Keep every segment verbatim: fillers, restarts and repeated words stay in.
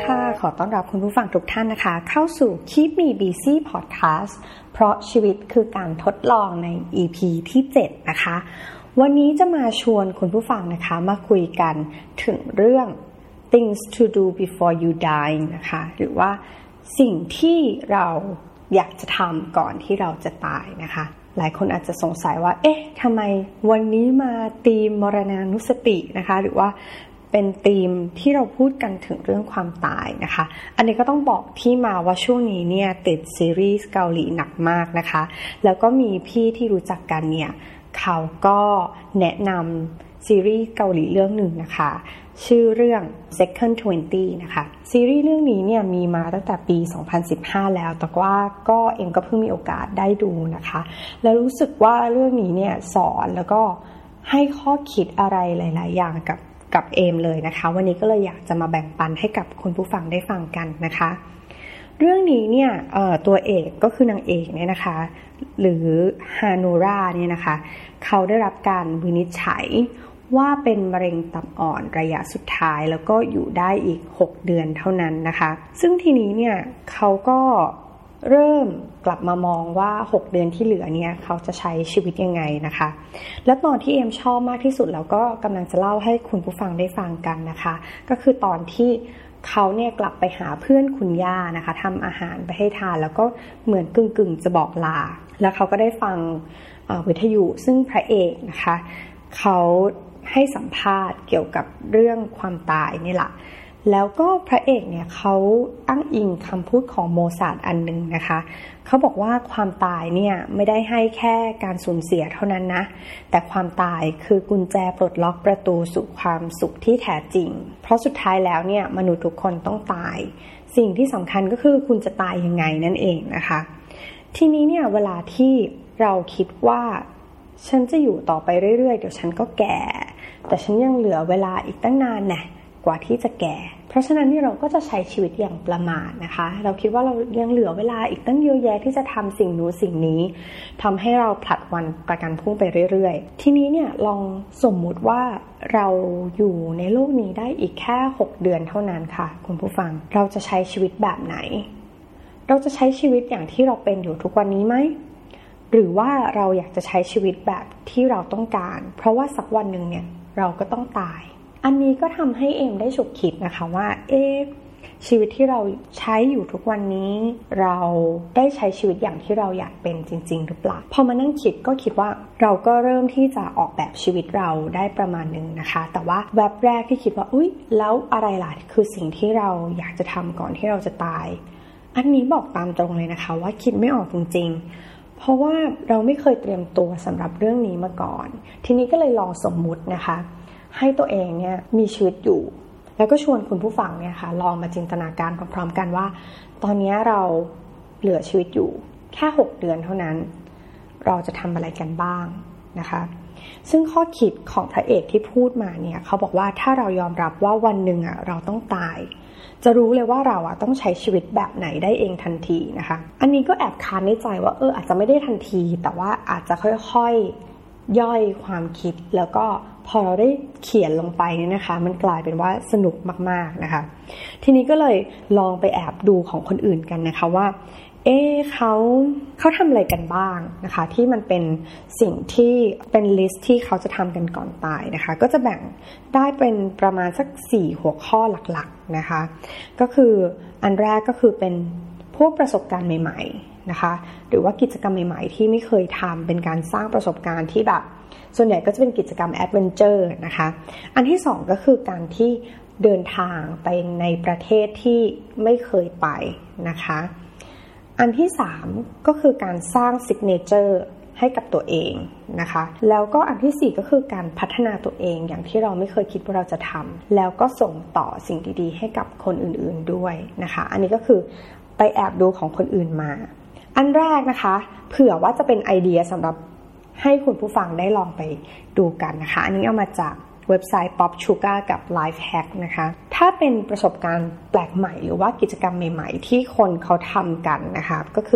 ค่ะขอต้อนรับคุณผู้ฟังทุกท่านนะคะเข้าสู่ Keep Me Busy Podcast เพราะชีวิตคือการทดลองใน อี พี ที่เจ็ดนะคะวันนี้จะมาชวนคุณผู้ฟังนะคะมาคุยกันถึงเรื่อง things to do before you die นะคะหรือว่าสิ่งที่เราอยากจะทำก่อนที่เราจะตายนะคะหลายคนอาจจะสงสัยว่าเอ๊ะทำไมวันนี้มาธีมมรณานุสตินะคะหรือว่าเป็นธีมที่เราพูดกันถึงเรื่องความตายนะคะอันนี้ก็ต้องบอกที่มาว่าช่วงนี้เนี่ยติดซีรีส์เกาหลีหนักมากนะคะแล้วก็มีพี่ที่รู้จักกันเนี่ยเขาก็แนะนำซีรีส์เกาหลีเรื่องหนึ่งนะคะชื่อเรื่อง Second ยี่สิบนะคะซีรีส์เรื่องนี้เนี่ยมีมาตั้งแต่ปีสองพันสิบห้าแล้วแต่ว่าก็เองก็เพิ่งมีโอกาสได้ดูนะคะแล้วรู้สึกว่าเรื่องนี้เนี่ยสอนแล้วก็ให้ข้อคิดอะไรหลายๆอย่างกับกับเอมเลยนะคะวันนี้ก็เลยอยากจะมาแบ่งปันให้กับคุณผู้ฟังได้ฟังกันนะคะเรื่องนี้เนี่ยเอ่อตัวเอกก็คือนางเอกเนี่ยนะคะหรือฮานูราเนี่ยนะคะเขาได้รับการวินิจฉัยว่าเป็นมะเร็งตับอ่อนระยะสุดท้ายแล้วก็อยู่ได้อีกหกเดือนเท่านั้นนะคะซึ่งทีนี้เนี่ยเขาก็เริ่มกลับมามองว่าหกเดือนที่เหลือเนี่ยเขาจะใช้ชีวิตยังไงนะคะและตอนที่เอมชอบมากที่สุดแล้วก็กำลังจะเล่าให้คุณผู้ฟังได้ฟังกันนะคะก็คือตอนที่เขาเนี่ยกลับไปหาเพื่อนคุณย่านะคะทำอาหารไปให้ทานแล้วก็เหมือนกึ่งๆจะบอกลาแล้วเขาก็ได้ฟังวิทยุซึ่งพระเอกนะคะเขาให้สัมภาษณ์เกี่ยวกับเรื่องความตายนี่แหละแล้วก็พระเอกเนี่ยเขาอ้างอิงคำพูดของโมซาร์ทอันนึงนะคะเขาบอกว่าความตายเนี่ยไม่ได้ให้แค่การสูญเสียเท่านั้นนะแต่ความตายคือกุญแจปลดล็อกประตูสู่ความสุขที่แท้จริงเพราะสุดท้ายแล้วเนี่ยมนุษย์ทุกคนต้องตายสิ่งที่สำคัญก็คือคุณจะตายยังไงนั่นเองนะคะทีนี้เนี่ยเวลาที่เราคิดว่าฉันจะอยู่ต่อไปเรื่อยๆเดี๋ยวฉันก็แก่แต่ฉันยังเหลือเวลาอีกตั้งนานแน่กว่าที่จะแก่เพราะฉะนั้นนี่เราก็จะใช้ชีวิตอย่างประมาทนะคะเราคิดว่าเรายังเหลือเวลาอีกตั้งเยอะแยะที่จะทำสิ่งนู้นสิ่งนี้ทำให้เราผลัดวันประกันพรุ่งไปเรื่อยๆทีนี้เนี่ยลองสมมุติว่าเราอยู่ในโลกนี้ได้อีกแค่หกเดือนเท่านั้นค่ะคุณผู้ฟังเราจะใช้ชีวิตแบบไหนเราจะใช้ชีวิตอย่างที่เราเป็นอยู่ทุกวันนี้ไหมหรือว่าเราอยากจะใช้ชีวิตแบบที่เราต้องการเพราะว่าสักวันหนึ่งเนี่ยเราก็ต้องตายอันนี้ก็ทำให้เอมได้ฉุกคิดนะคะว่าเอ๊ะชีวิตที่เราใช้อยู่ทุกวันนี้เราได้ใช้ชีวิตอย่างที่เราอยากเป็นจริงๆหรือเปล่าพอมานั่งคิดก็คิดว่าเราก็เริ่มที่จะออกแบบชีวิตเราได้ประมาณนึงนะคะแต่ว่าแวบแรกที่คิดว่าอุ๊ยแล้วอะไรล่ะคือสิ่งที่เราอยากจะทำก่อนที่เราจะตายอันนี้บอกตามตรงเลยนะคะว่าคิดไม่ออกจริงๆเพราะว่าเราไม่เคยเตรียมตัวสำหรับเรื่องนี้มาก่อนทีนี้ก็เลยลองสมมุตินะคะให้ตัวเองเนี่ยมีชีวิตอยู่แล้วก็ชวนคุณผู้ฟังเนี่ยค่ะลองมาจินตนาการพร้อมๆกันว่าตอนนี้เราเหลือชีวิตอยู่แค่หกเดือนเท่านั้นเราจะทำอะไรกันบ้างนะคะซึ่งข้อคิดของพระเอกที่พูดมาเนี่ยเขาบอกว่าถ้าเรายอมรับว่าวันหนึ่งอ่ะเราต้องตายจะรู้เลยว่าเราอ่ะต้องใช้ชีวิตแบบไหนได้เองทันทีนะคะอันนี้ก็แอบค้านในใจว่าเอออาจจะไม่ได้ทันทีแต่ว่าอาจจะค่อยๆย่อยความคิดแล้วก็พอเราได้เขียนลงไปเนี่ยนะคะมันกลายเป็นว่าสนุกมากๆนะคะทีนี้ก็เลยลองไปแอบดูของคนอื่นกันนะคะว่าเอ๊ะเขาเขาทำอะไรกันบ้างนะคะที่มันเป็นสิ่งที่เป็นลิสต์ที่เขาจะทำกันก่อนตายนะคะก็จะแบ่งได้เป็นประมาณสักสี่หัวข้อหลักๆนะคะก็คืออันแรกก็คือเป็นพวกประสบการณ์ใหม่ๆนะคะหรือว่ากิจกรรมใหม่ๆที่ไม่เคยทำเป็นการสร้างประสบการณ์ที่แบบส่วนใหญ่ก็จะเป็นกิจกรรมแอดเวนเจอร์นะคะอันที่สองก็คือการที่เดินทางไปในประเทศที่ไม่เคยไปนะคะอันที่สามก็คือการสร้างซิกเนเจอร์ให้กับตัวเองนะคะแล้วก็อันที่สี่ก็คือการพัฒนาตัวเองอย่างที่เราไม่เคยคิดว่าเราจะทำแล้วก็ส่งต่อสิ่งดีๆให้กับคนอื่นๆด้วยนะคะอันนี้ก็คือไปแอบดูของคนอื่นมาอันแรกนะคะเผื่อว่าจะเป็นไอเดียสำหรับให้คุณผู้ฟังได้ลองไปดูกันนะคะอันนี้เอามาจากเว็บไซต์ Pop Sugar กับ Life Hack นะคะถ้าเป็นประสบการณ์แปลกใหม่หรือว่ากิจกรรมใหม่ๆที่คนเขาทำกันนะคะก็คือ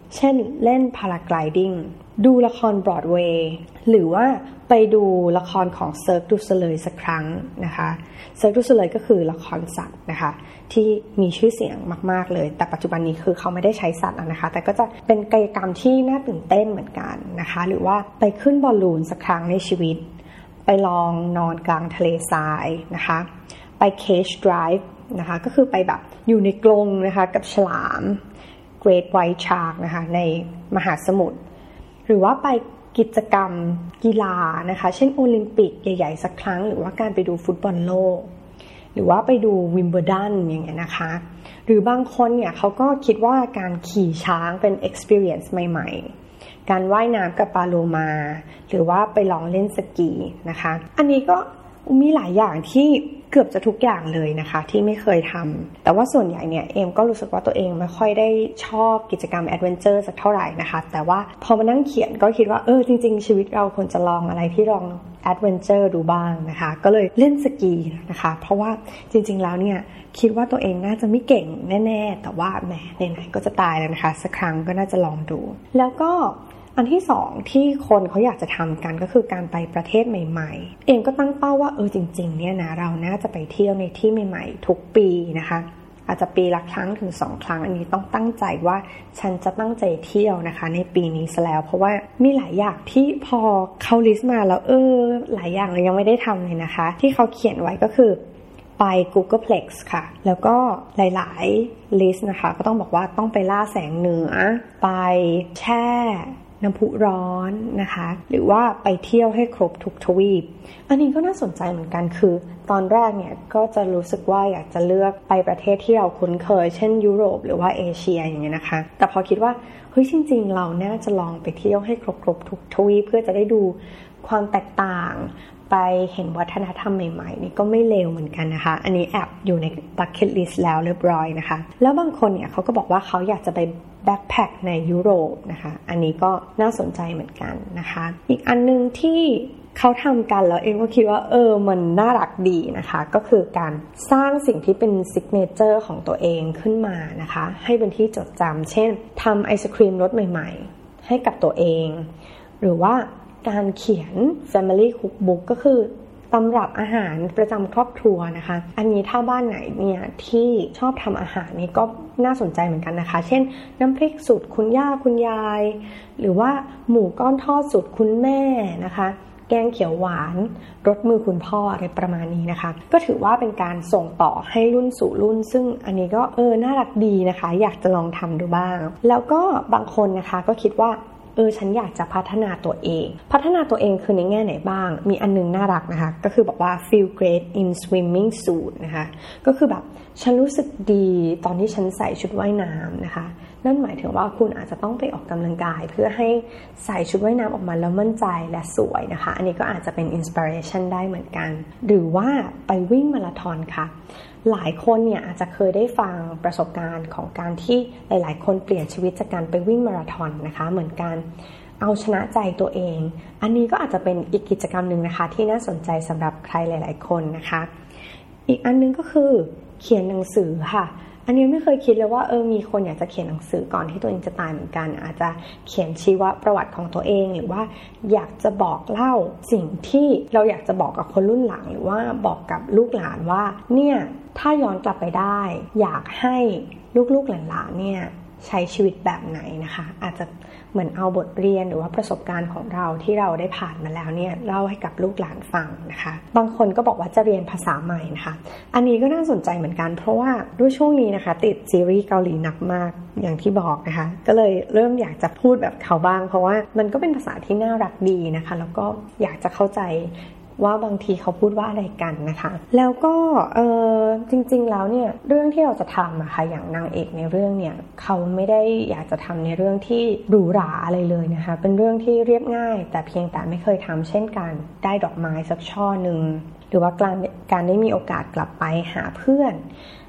เช่นเล่นพาราไกลดิ้งดูละครบรอดเวย์หรือว่าไปดูละครของเซิร์กดูโซเลย์สักครั้งนะคะเซิร์กดูโซเลย์ก็คือละครสัตว์นะคะที่มีชื่อเสียงมากๆเลยแต่ปัจจุบันนี้คือเขาไม่ได้ใช้สัตว์นะคะแต่ก็จะเป็นกิจกรรมที่น่าตื่นเต้นเหมือนกันนะคะหรือว่าไปขึ้นบอลลูนสักครั้งในชีวิตไปลองนอนกลางทะเลทรายนะคะไปเคจไดรฟ์นะคะก็คือไปแบบอยู่ในกรงนะคะกับฉลาม Great White Shark นะคะในมหาสมุทรหรือว่าไปกิจกรรมกีฬานะคะเช่นโอลิมปิกใหญ่ๆสักครั้งหรือว่าการไปดูฟุตบอลโลกหรือว่าไปดูวิมเบิลดันอย่างเงี้ยนะคะหรือบางคนเนี่ยเขาก็คิดว่าการขี่ช้างเป็น experience ใหม่ๆการว่ายน้ำกับปลาโลมาหรือว่าไปลองเล่นสกีนะคะอันนี้ก็มีหลายอย่างที่เกือบจะทุกอย่างเลยนะคะที่ไม่เคยทำแต่ว่าส่วนใหญ่เนี่ยเอมก็รู้สึกว่าตัวเองไม่ค่อยได้ชอบกิจกรรมแอดเวนเจอร์สักเท่าไหร่นะคะแต่ว่าพอมานั่งเขียนก็คิดว่าเออจริงๆชีวิตเราควรจะลองอะไรที่ลองแอดเวนเจอร์ดูบ้างนะคะก็เลยเล่นสกีนะคะเพราะว่าจริงๆแล้วเนี่ยคิดว่าตัวเองน่าจะไม่เก่งแน่ๆแต่ว่าแหมไหนๆก็จะตายแล้วนะคะสักครั้งก็น่าจะลองดูแล้วก็อันที่สองที่คนเขาอยากจะทำกันก็คือการไปประเทศใหม่ๆเองก็ตั้งเป้าว่าเออจริงๆเนี่ยนะเราน่าจะไปเที่ยวในที่ใหม่ๆทุกปีนะคะอาจจะปีละครั้งถึงสองครั้งอันนี้ต้องตั้งใจว่าฉันจะตั้งใจเที่ยวนะคะในปีนี้ซะแล้วเพราะว่ามีหลายอย่างที่พอเขาลิสต์มาแล้วเออหลายอย่างเรายังไม่ได้ทำเลยนะคะที่เขาเขียนไว้ก็คือไป Googleplex ค่ะแล้วก็หลายๆลิสต์นะคะก็ต้องบอกว่าต้องไปล่าแสงเหนือไปแช่น้ำพุร้อนนะคะหรือว่าไปเที่ยวให้ครบทุกทวีปอันนี้ก็น่าสนใจเหมือนกันคือตอนแรกเนี่ยก็จะรู้สึกว่าอยากจะเลือกไปประเทศที่เราคุ้นเคยเช่นยุโรปหรือว่าเอเชียอย่างเงี้ยนะคะแต่พอคิดว่าเฮ้ยจริงๆเราน่าจะลองไปเที่ยวให้ครบครบทุกทวีปเพื่อจะได้ดูความแตกต่างไปเห็นวัฒนธรรมใหม่ๆนี่ก็ไม่เลวเหมือนกันนะคะอันนี้แอบอยู่ใน bucket list แล้วเรียบร้อยนะคะแล้วบางคนเนี่ยเขาก็บอกว่าเขาอยากจะไปแบ็คแพ็คในยุโรปนะคะอันนี้ก็น่าสนใจเหมือนกันนะคะอีกอันนึงที่เขาทำกันแล้วเองก็คิดว่าเออมันน่ารักดีนะคะก็คือการสร้างสิ่งที่เป็นซิกเนเจอร์ของตัวเองขึ้นมานะคะให้เป็นที่จดจำเช่นทำไอศครีมรสใหม่ๆให้กับตัวเองหรือว่าการเขียน Family Cookbook ก็คือตำรับอาหารประจำครอบครัวนะคะอันนี้ถ้าบ้านไหนเนี่ยที่ชอบทำอาหารนี่ก็น่าสนใจเหมือนกันนะคะเช่นน้ำพริกสูตรคุณย่าคุณยายหรือว่าหมูก้อนทอดสูตรคุณแม่นะคะแกงเขียวหวานรสมือคุณพ่ออะไรประมาณนี้นะคะก็ถือว่าเป็นการส่งต่อให้รุ่นสู่รุ่นซึ่งอันนี้ก็เออน่ารักดีนะคะอยากจะลองทำดูบ้างแล้วก็บางคนนะคะก็คิดว่าเออฉันอยากจะพัฒนาตัวเองพัฒนาตัวเองคือในแง่ไหนบ้างมีอันนึงน่ารักนะคะก็คือบอกว่า feel great in swimming suit นะคะก็คือแบบฉันรู้สึกดีตอนที่ฉันใส่ชุดว่ายน้ำนะคะนั่นหมายถึงว่าคุณอาจจะต้องไปออกกำลังกายเพื่อให้ใส่ชุดว่ายน้ำออกมาแล้วมั่นใจและสวยนะคะอันนี้ก็อาจจะเป็น inspiration ได้เหมือนกันหรือว่าไปวิ่งมาราธอนค่ะหลายคนเนี่ยอาจจะเคยได้ฟังประสบการณ์ของการที่หลายๆคนเปลี่ยนชีวิตจากการไปวิ่งมาราธอนนะคะเหมือนกันเอาชนะใจตัวเองอันนี้ก็อาจจะเป็นอีกกิจกรรมหนึ่งนะคะที่น่าสนใจสำหรับใครหลายๆคนนะคะอีกอันนึงก็คือเขียนหนังสือค่ะอันนี้ไม่เคยคิดเลยว่าเออมีคนอยากจะเขียนหนังสือก่อนที่ตัวเองจะตายเหมือนกันอาจจะเขียนชีวประวัติของตัวเองหรือว่าอยากจะบอกเล่าสิ่งที่เราอยากจะบอกกับคนรุ่นหลังหรือว่าบอกกับลูกหลานว่าเนี่ยถ้าย้อนกลับไปได้อยากให้ลูกๆหลานๆเนี่ยใช้ชีวิตแบบไหนนะคะอาจจะเหมือนเอาบทเรียนหรือว่าประสบการณ์ของเราที่เราได้ผ่านมาแล้วเนี่ยเล่าให้กับลูกหลานฟังนะคะบางคนก็บอกว่าจะเรียนภาษาใหม่นะคะอันนี้ก็น่าสนใจเหมือนกันเพราะว่าด้วยช่วงนี้นะคะติดซีรีส์เกาหลีหนักมากอย่างที่บอกนะคะก็เลยเริ่มอยากจะพูดแบบเขาบ้างเพราะว่ามันก็เป็นภาษาที่น่ารักดีนะคะแล้วก็อยากจะเข้าใจว่าบางทีเขาพูดว่าอะไรกันนะคะแล้วก็เออจริงๆแล้วเนี่ยเรื่องที่เราจะทำอะค่ะอย่างนางเอกในเรื่องเนี่ยเขาไม่ได้อยากจะทำในเรื่องที่หรูหราอะไรเลยนะคะเป็นเรื่องที่เรียบง่ายแต่เพียงแต่ไม่เคยทำเช่นการได้ดอกไม้สักช่อหนึ่งหรือว่าการการได้มีโอกาสกลับไปหาเพื่อน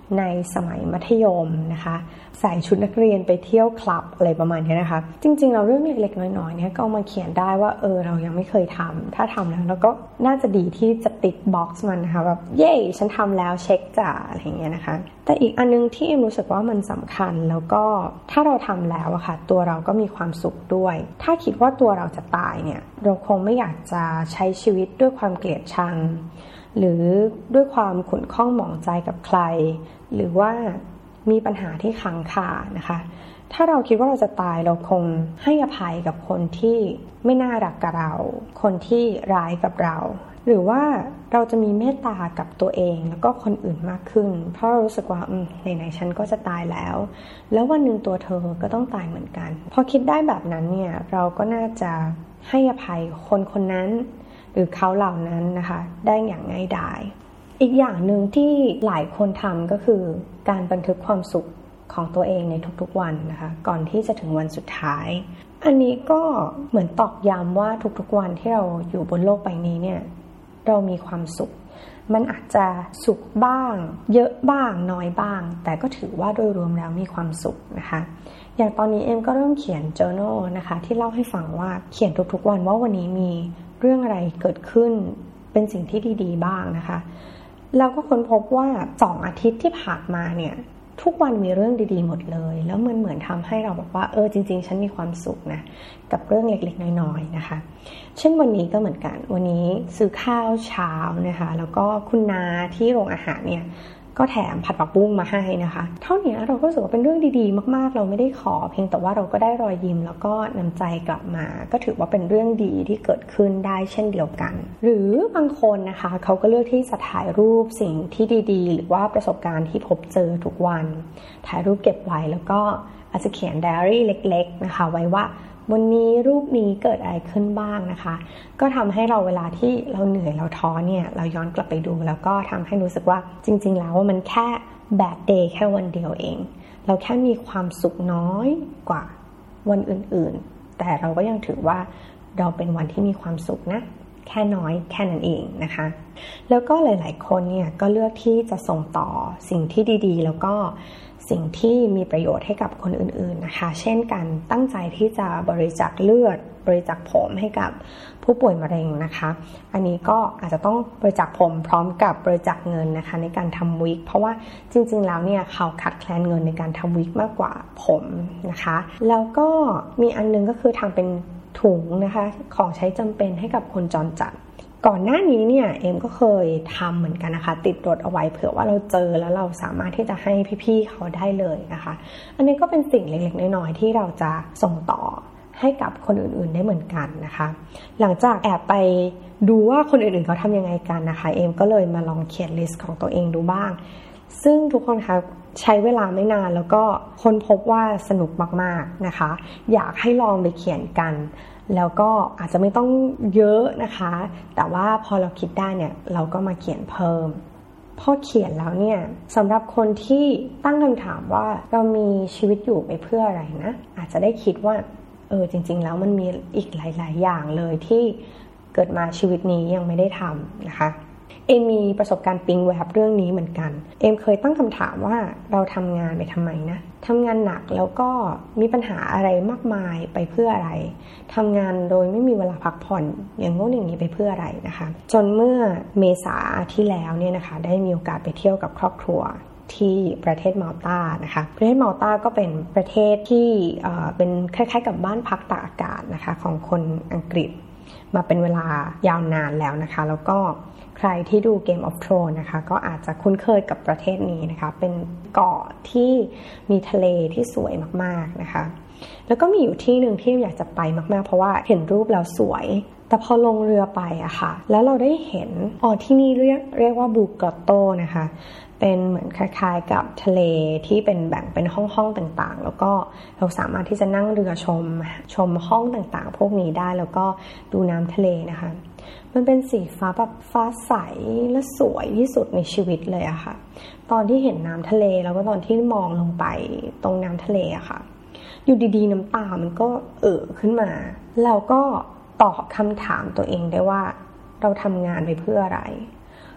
ในสมัยมัธยมนะคะใส่ชุดนักเรียนไปเที่ยวคลับอะไรประมาณนี้นะคะจริงๆเราเรื่องเล็กๆน้อยๆเนี่ยก็เอามาเขียนได้ว่าเออเรายังไม่เคยทำถ้าทำแล้วแล้วก็น่าจะดีที่จะติ๊กบ็อกซ์มันนะคะแบบเย้ฉันทำแล้วเช็คจ้าอะไรอย่างเงี้ยนะคะแต่อีกอันนึงที่เอ็มรู้สึกว่ามันสำคัญแล้วก็ถ้าเราทำแล้วอะค่ะตัวเราก็มีความสุขด้วยถ้าคิดว่าตัวเราจะตายเนี่ยเราคงไม่อยากจะใช้ชีวิตด้วยความเกลียดชังหรือด้วยความขุ่นข้องหมองใจกับใครหรือว่ามีปัญหาที่ค้างคานะคะถ้าเราคิดว่าเราจะตายเราคงให้อภัยกับคนที่ไม่น่ารักกับเราคนที่ร้ายกับเราหรือว่าเราจะมีเมตตากับตัวเองแล้วก็คนอื่นมากขึ้นเพราะเรารู้สึกว่าอืมไหนๆฉันก็จะตายแล้วแล้ววันหนึ่งตัวเธอก็ต้องตายเหมือนกันพอคิดได้แบบนั้นเนี่ยเราก็น่าจะให้อภัยคนคนนั้นหรือเขาเหล่านั้นนะคะได้อย่างง่ายดายอีกอย่างหนึ่งที่หลายคนทำก็คือการบันทึกความสุขของตัวเองในทุกๆวันนะคะก่อนที่จะถึงวันสุดท้ายอันนี้ก็เหมือนตอกย้ำว่าทุกๆวันที่เราอยู่บนโลกใบนี้เนี่ยเรามีความสุขมันอาจจะสุขบ้างเยอะบ้างน้อยบ้างแต่ก็ถือว่าโดยรวมแล้วมีความสุขนะคะอย่างตอนนี้เอ็มก็เริ่มเขียน journal นะคะที่เล่าให้ฟังว่าเขียนทุกๆวันว่าวันนี้มีเรื่องอะไรเกิดขึ้นเป็นสิ่งที่ดีๆบ้างนะคะเราก็ค้นพบว่าสองอาทิตย์ที่ผ่านมาเนี่ยทุกวันมีเรื่องดีๆหมดเลยแล้วมันเหมือนทำให้เราบอกว่าเออจริงๆฉันมีความสุขนะกับเรื่องเล็กๆน้อยๆนะคะเช่นวันนี้ก็เหมือนกันวันนี้ซื้อข้าวเช้านะคะแล้วก็คุณนาที่โรงอาหารเนี่ยก็แถมผัดผักบุ้งมาให้นะคะเท่านี้เราก็รู้สึกว่าเป็นเรื่องดีๆมากๆเราไม่ได้ขอเพียงแต่ว่าเราก็ได้รอยยิ้มแล้วก็น้ำใจกลับมาก็ถือว่าเป็นเรื่องดีที่เกิดขึ้นได้เช่นเดียวกันหรือบางคนนะคะเขาก็เลือกที่จะถ่ายรูปสิ่งที่ดีๆหรือว่าประสบการณ์ที่พบเจอทุกวันถ่ายรูปเก็บไว้แล้วก็อาจจะเขียนไดอารี่เล็กๆนะคะไว้ว่าวันนี้รูปนี้เกิดอะไรขึ้นบ้างนะคะก็ทำให้เราเวลาที่เราเหนื่อยเราท้อเนี่ยเราย้อนกลับไปดูแล้วก็ทำให้รู้สึกว่าจริงๆแล้วมันแค่แบดเดย์แค่วันเดียวเองเราแค่มีความสุขน้อยกว่าวันอื่นๆแต่เราก็ยังถือว่าเราเป็นวันที่มีความสุขนะแค่น้อยแค่นั้นเองนะคะแล้วก็หลายๆคนเนี่ยก็เลือกที่จะส่งต่อสิ่งที่ดีๆแล้วก็สิ่งที่มีประโยชน์ให้กับคนอื่นๆนะคะเช่นการตั้งใจที่จะบริจาคเลือดบริจาคผมให้กับผู้ป่วยมะเร็งนะคะอันนี้ก็อาจจะต้องบริจาคผมพร้อมกับบริจาคเงินนะคะในการทำวิกเพราะว่าจริงๆแล้วเนี่ยเขาขาดแคลนเงินในการทำวิกมากกว่าผมนะคะแล้วก็มีอันนึงก็คือทำเป็นถุงนะคะของใช้จำเป็นให้กับคนจรจัดก่อนหน้านี้เนี่ยเอ็มก็เคยทำเหมือนกันนะคะติดรถเอาไว้เผื่อว่าเราเจอแล้วเราสามารถที่จะให้พี่ๆเขาได้เลยนะคะอันนี้ก็เป็นสิ่งเล็กๆน้อยๆที่เราจะส่งต่อให้กับคนอื่นๆได้เหมือนกันนะคะหลังจากแอบไปดูว่าคนอื่นๆเขาทำยังไงกันนะคะเอ็มก็เลยมาลองเขียนลิสต์ของตัวเองดูบ้างซึ่งทุกคนคะใช้เวลาไม่นานแล้วก็ค้นพบว่าสนุกมากๆนะคะอยากให้ลองไปเขียนกันแล้วก็อาจจะไม่ต้องเยอะนะคะแต่ว่าพอเราคิดได้เนี่ยเราก็มาเขียนเพิ่มพอเขียนแล้วเนี่ยสำหรับคนที่ตั้งคำถามว่าเรามีชีวิตอยู่ไปเพื่ออะไรนะอาจจะได้คิดว่าเออจริงๆแล้วมันมีอีกหลายๆอย่างเลยที่เกิดมาชีวิตนี้ยังไม่ได้ทำนะคะเอมมีประสบการณ์ปิ๊งแวบเรื่องนี้เหมือนกันเอมเคยตั้งคำถามว่าเราทำงานไปทำไมนะทำงานหนักแล้วก็มีปัญหาอะไรมากมายไปเพื่ออะไรทำงานโดยไม่มีเวลาพักผ่อนอย่างโน้นอย่างนี้ไปเพื่ออะไรนะคะจนเมื่อเมษาที่แล้วเนี่ยนะคะได้มีโอกาสไปเที่ยวกับครอบครัวที่ประเทศมัลตานะคะประเทศมัลตาก็เป็นประเทศที่เอ่อเป็นคล้ายๆกับบ้านพักตากอากาศนะคะของคนอังกฤษมาเป็นเวลายาวนานแล้วนะคะแล้วก็ใครที่ดู Game of Thrones นะคะก็อาจจะคุ้นเคยกับประเทศนี้นะคะเป็นเกาะที่มีทะเลที่สวยมากๆนะคะแล้วก็มีอยู่ที่หนึ่งที่อยากจะไปมากๆเพราะว่าเห็นรูปแล้วสวยแต่พอลงเรือไปอะค่ะแล้วเราได้เห็นอ๋อที่นี่เรียกเรียกว่าบูกอตโตนะคะเป็นเหมือนคล้ายๆกับทะเลที่เป็นแบ่งเป็นห้องๆต่างๆแล้วก็เราสามารถที่จะนั่งเรือชมชมห้องต่างๆพวกนี้ได้แล้วก็ดูน้ำทะเลนะคะมันเป็นสีฟ้าแบบฟ้าใสและสวยที่สุดในชีวิตเลยอะค่ะตอนที่เห็นน้ำทะเลแล้วก็ตอนที่มองลงไปตรงน้ำทะเลอะค่ะอยู่ดีๆน้ำตามันก็เอ่อขึ้นมาเราก็ตอบคำถามตัวเองได้ว่าเราทำงานไปเพื่ออะไร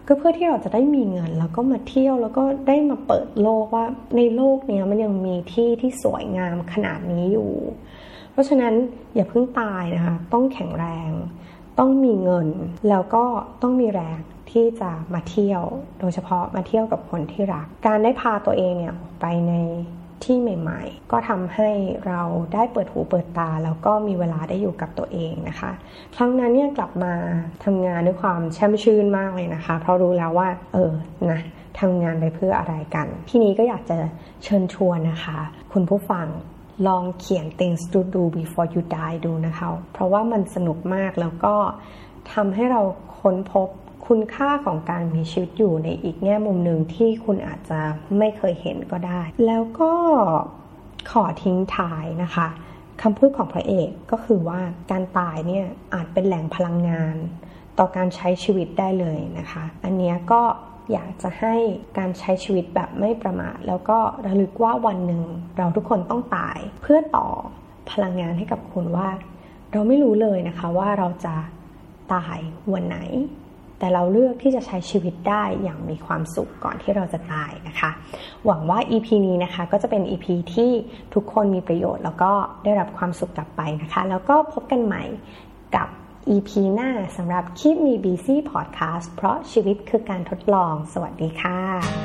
ก็เพื่อที่เราจะได้มีเงินแล้วก็มาเที่ยวแล้วก็ได้มาเปิดโลกว่าในโลกนี้มันยังมีที่ที่สวยงามขนาดนี้อยู่เพราะฉะนั้นอย่าเพิ่งตายนะคะต้องแข็งแรงต้องมีเงินแล้วก็ต้องมีแรงที่จะมาเที่ยวโดยเฉพาะมาเที่ยวกับคนที่รักการได้พาตัวเองเนี่ยออกไปในที่ใหม่ๆก็ทำให้เราได้เปิดหูเปิดตาแล้วก็มีเวลาได้อยู่กับตัวเองนะคะครั้งนั้นเนี่ยกลับมาทำงานด้วยความแช่มชื่นมากเลยนะคะเพราะรู้แล้วว่าเออนะทำงานไปเพื่ออะไรกันทีนี้ก็อยากจะเชิญชวนนะคะคุณผู้ฟังลองเขียน things to do before you die ดูนะคะเพราะว่ามันสนุกมากแล้วก็ทำให้เราค้นพบคุณค่าของการมีชีวิตอยู่ในอีกแง่มุมหนึ่งที่คุณอาจจะไม่เคยเห็นก็ได้แล้วก็ขอทิ้งท้ายนะคะคำพูดของพระเอกก็คือว่าการตายเนี่ยอาจเป็นแหล่งพลังงานต่อการใช้ชีวิตได้เลยนะคะอันนี้ก็อยากจะให้การใช้ชีวิตแบบไม่ประมาทแล้วก็ระลึกว่าวันหนึ่งเราทุกคนต้องตายเพื่อต่อพลังงานให้กับคุณว่าเราไม่รู้เลยนะคะว่าเราจะตายวันไหนแต่เราเลือกที่จะใช้ชีวิตได้อย่างมีความสุขก่อนที่เราจะตายนะคะหวังว่า อี พี นี้นะคะก็จะเป็น อี พี ที่ทุกคนมีประโยชน์แล้วก็ได้รับความสุขกลับไปนะคะแล้วก็พบกันใหม่กับ อี พี หน้าสำหรับ Keep Me Busy Podcast เพราะชีวิตคือการทดลองสวัสดีค่ะ